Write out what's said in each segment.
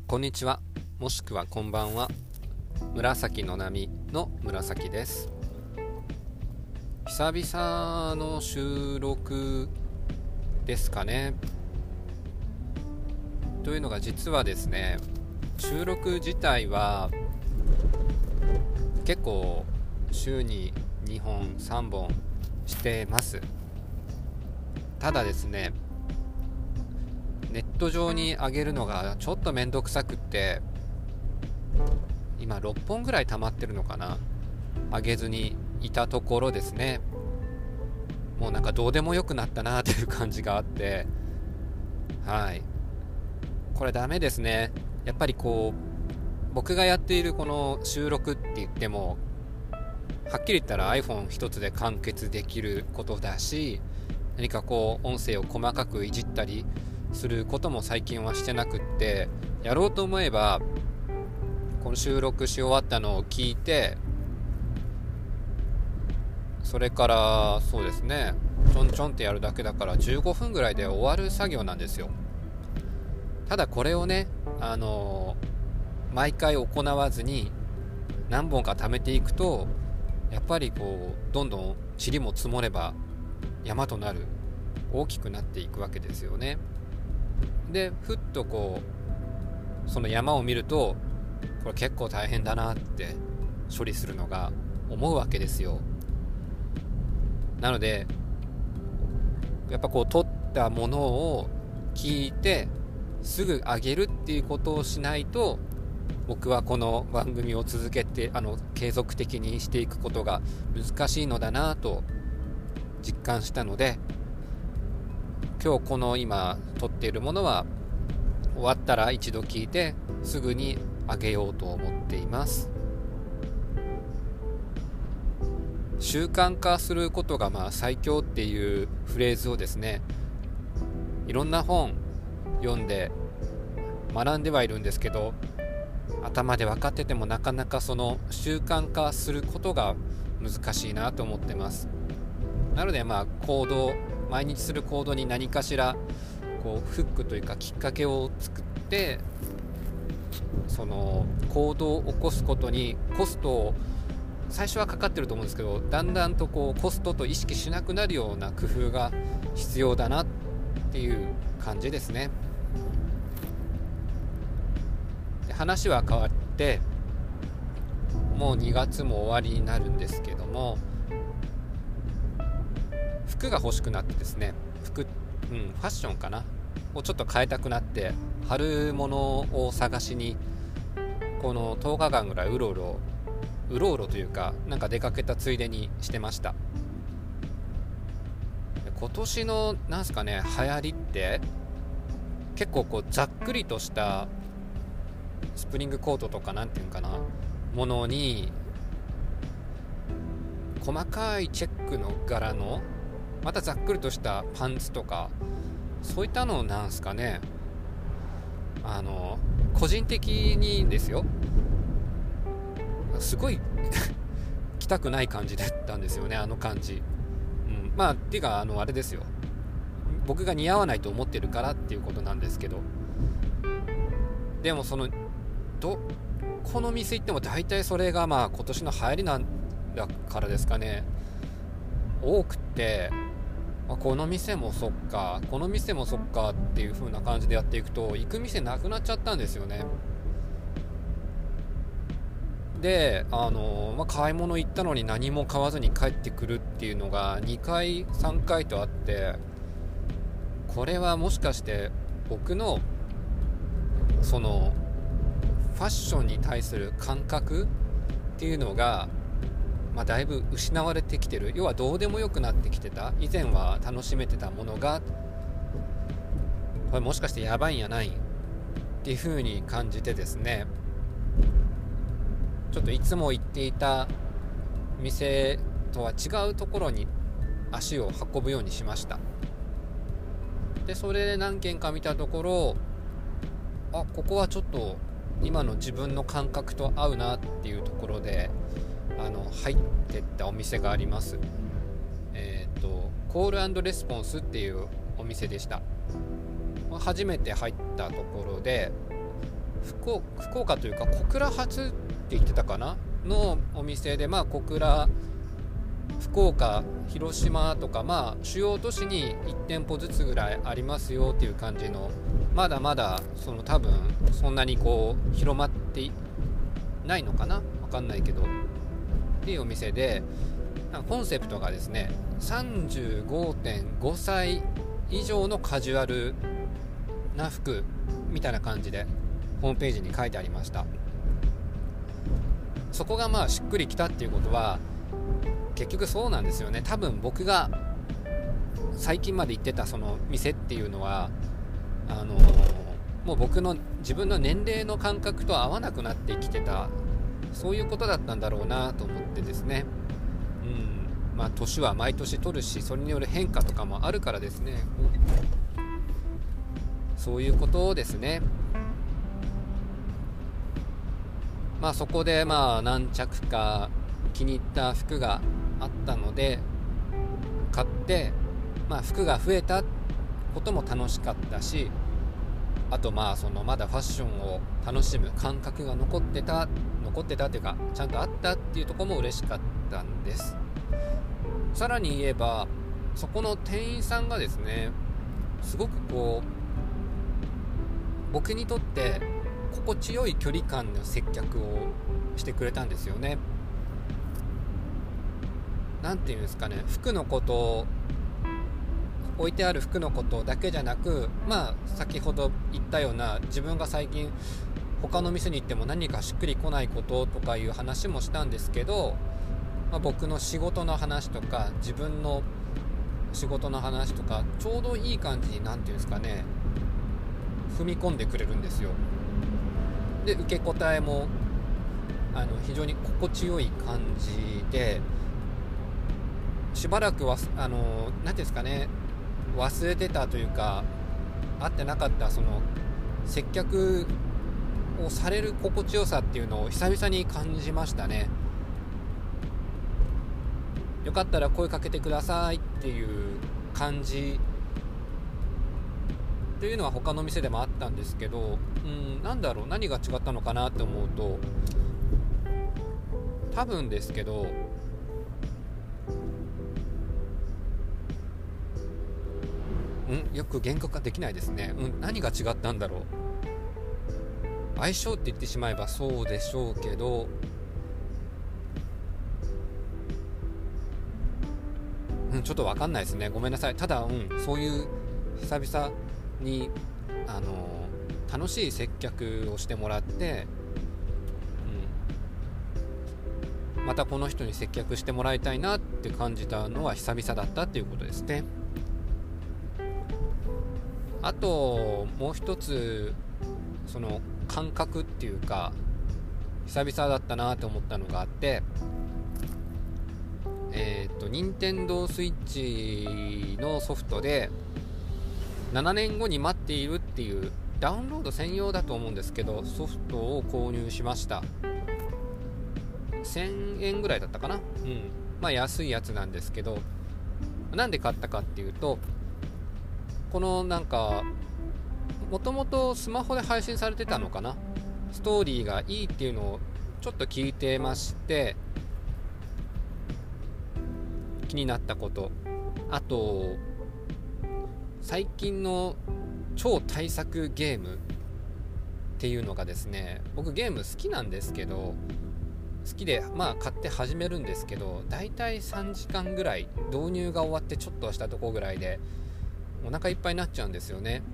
こんにちは、もしくはこんばんは。紫の波の紫です。久々の収録ですかね。というのが実はですね、収録自体は結構週に2本3本してます。ただですね、ネット上に上げるのがちょっとめんどくさくって、今6本ぐらい溜まってるのかな、上げずにいたところですね、もうなんかどうでもよくなったなという感じがあって、これダメですね。やっぱり僕がやっているこの収録って言っても、はっきり言ったら iPhone 一つで完結できることだし、何か音声を細かくいじったりすることも最近はしてなくって、やろうと思えばこの収録し終わったのを聞いて、それからそうですね、ちょんちょんってやるだけだから15分ぐらいで終わる作業なんですよ。ただこれをね、毎回行わずに何本か貯めていくと、やっぱりどんどん塵も積もれば山となる、大きくなっていくわけですよね。でふっとその山を見ると、これ結構大変だなって処理するのが思うわけですよ。なのでやっぱ撮ったものを聞いてすぐ上げるっていうことをしないと、僕はこの番組を続けて継続的にしていくことが難しいのだなと実感したので、今日この今撮っているものは終わったら一度聞いてすぐに上げようと思っています。習慣化することが最強っていうフレーズをですね、いろんな本読んで学んではいるんですけど、頭で分かっててもなかなかその習慣化することが難しいなと思ってます。なので毎日する行動に何かしらフックというかきっかけを作って、その行動を起こすことにコストを最初はかかってると思うんですけど、だんだんとコストと意識しなくなるような工夫が必要だなっていう感じですね。で、話は変わって、もう2月も終わりになるんですけども、服が欲しくなってですね、ファッションかなをちょっと変えたくなって、春物を探しにこの10日間ぐらいうろうろというか、なんか出かけたついでにしてました。今年のなんすかね、流行りって結構ざっくりとしたスプリングコートとかなんていうかな、ものに細かいチェックの柄のまたざっくりとしたパンツとか、そういったのなんすかね、個人的にですよ、すごい着たくない感じだったんですよね、あの感じ。っていうかあれですよ、僕が似合わないと思ってるからっていうことなんですけど、でもこの店行っても大体それが今年の流行りなんだからですかね、多くて、この店もそっかこの店もそっかっていう風な感じでやっていくと、行く店なくなっちゃったんですよね。で買い物行ったのに何も買わずに帰ってくるっていうのが2回3回とあって、これはもしかして僕のそのファッションに対する感覚っていうのがだいぶ失われてきてる。要はどうでもよくなってきてた、以前は楽しめてたものが、これもしかしてやばいんやないっていう風に感じてですね、ちょっといつも行っていた店とは違うところに足を運ぶようにしました。でそれで何軒か見たところ、ここはちょっと今の自分の感覚と合うなっていうところで入ってったお店があります。コール&レスポンスっていうお店でした。初めて入ったところで、 福岡というか小倉発って言ってたかなのお店で、小倉、福岡、広島とか、主要都市に1店舗ずつぐらいありますよっていう感じの、まだまだ多分そんなに広まってないのかな、わかんないけどっていうお店で、コンセプトがですね、35.5 歳以上のカジュアルな服みたいな感じでホームページに書いてありました。そこがしっくりきたっていうことは結局そうなんですよね。多分僕が最近まで行ってたその店っていうのはもう自分の年齢の感覚と合わなくなってきてた、そういうことだったんだろうなと思ってですね。年は毎年取るし、それによる変化とかもあるからですね、そういうことですね。そこで何着か気に入った服があったので買って、服が増えたことも楽しかったし、あとまだファッションを楽しむ感覚が残ってたっていうか、ちゃんとあったっていうところも嬉しかったんです。さらに言えば、そこの店員さんがですね、すごく僕にとって心地よい距離感の接客をしてくれたんですよね。なんていうんですかね、服のこと、置いてある服のことだけじゃなく、先ほど言ったような、自分が最近他の店に行っても何かしっくりこないこととかいう話もしたんですけど、僕の仕事の話とか自分の仕事の話とか、ちょうどいい感じになんていうんですかね、踏み込んでくれるんですよ。で、受け答えも非常に心地よい感じで、しばらくなんていうんですかね、忘れてたというか、合ってなかったその接客をされる心地よさっていうのを久々に感じましたね。よかったら声かけてくださいっていう感じというのは他の店でもあったんですけど、何が違ったのかなって思うと、多分ですけど、よく言語化できないですね。何が違ったんだろう。相性って言ってしまえばそうでしょうけど、ちょっと分かんないですね。ごめんなさい。ただ、そういう久々に楽しい接客をしてもらって、またこの人に接客してもらいたいなって感じたのは久々だったっていうことですね。あともう一つ、その感覚っていうか久々だったなと思ったのがあって、任天堂スイッチのソフトで7年後に待っているっていうダウンロード専用だと思うんですけど、ソフトを購入しました。1000円ぐらいだったかな。安いやつなんですけど、なんで買ったかっていうと、このもともとスマホで配信されてたのかな、ストーリーがいいっていうのをちょっと聞いてまして、気になったこと、あと最近の超大作ゲームっていうのがですね、僕ゲーム好きなんですけど、好きで買って始めるんですけど、だいたい3時間ぐらい、導入が終わってちょっとしたとこぐらいでお腹いっぱいになっちゃうんですよね。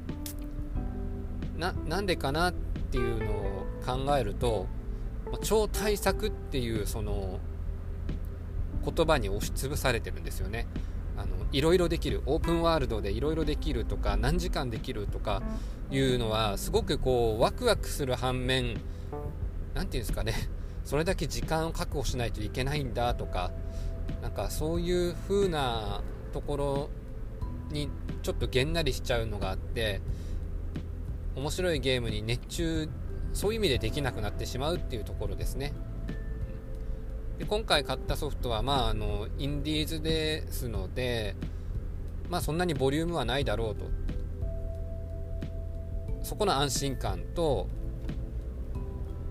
なんでかなっていうのを考えると、超大作っていうその言葉に押しつぶされてるんですよね。いろいろできる、オープンワールドでいろいろできるとか、何時間できるとかいうのはすごくワクワクする反面、なんていうんですかね、それだけ時間を確保しないといけないんだとか、そういう風なところにちょっとげんなりしちゃうのがあって、面白いゲームに熱中、そういう意味でできなくなってしまうっていうところですね。で、今回買ったソフトはインディーズですので、そんなにボリュームはないだろうと、そこの安心感と、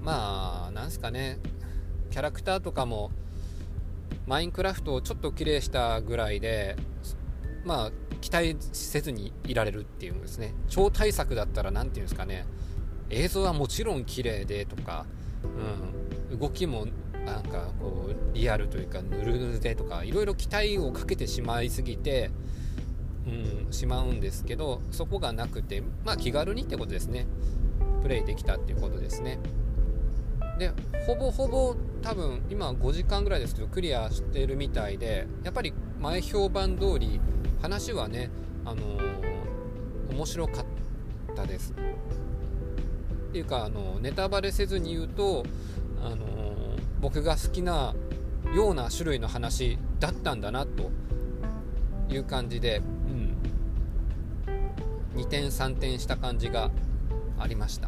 まあなんすかね、キャラクターとかもマインクラフトをちょっと綺麗したぐらいで、まあ期待せずにいられるっていうんですね。超大作だったらなんていうんですかね、映像はもちろん綺麗でとか、動きもなんかこうリアルというかぬるぬるでとか、いろいろ期待をかけてしまいすぎて、しまうんですけど、そこがなくて、まあ気軽にってことですね。プレイできたっていうことですね。でほぼほぼ多分今5時間ぐらいですけどクリアしてるみたいで、やっぱり前評判通り話はね、面白かったです。っていうかネタバレせずに言うと、僕が好きなような種類の話だったんだなという感じで、2点3点した感じがありました。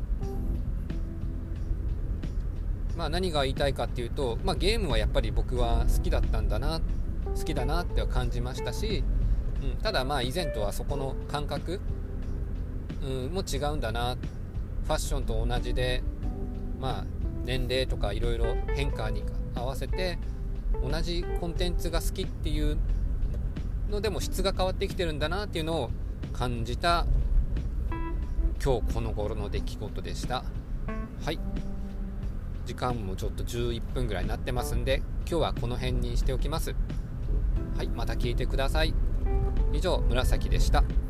まあ何が言いたいかっていうと、ゲームはやっぱり僕は好きだなって感じましたし、ただまあ以前とはそこの感覚、も違うんだな。ファッションと同じで、まあ年齢とかいろいろ変化に合わせて同じコンテンツが好きっていうのでも質が変わってきてるんだなっていうのを感じた今日この頃の出来事でした。はい、時間もちょっと11分ぐらいになってますんで、今日はこの辺にしておきます。はい、また聞いてください。以上、紫でした。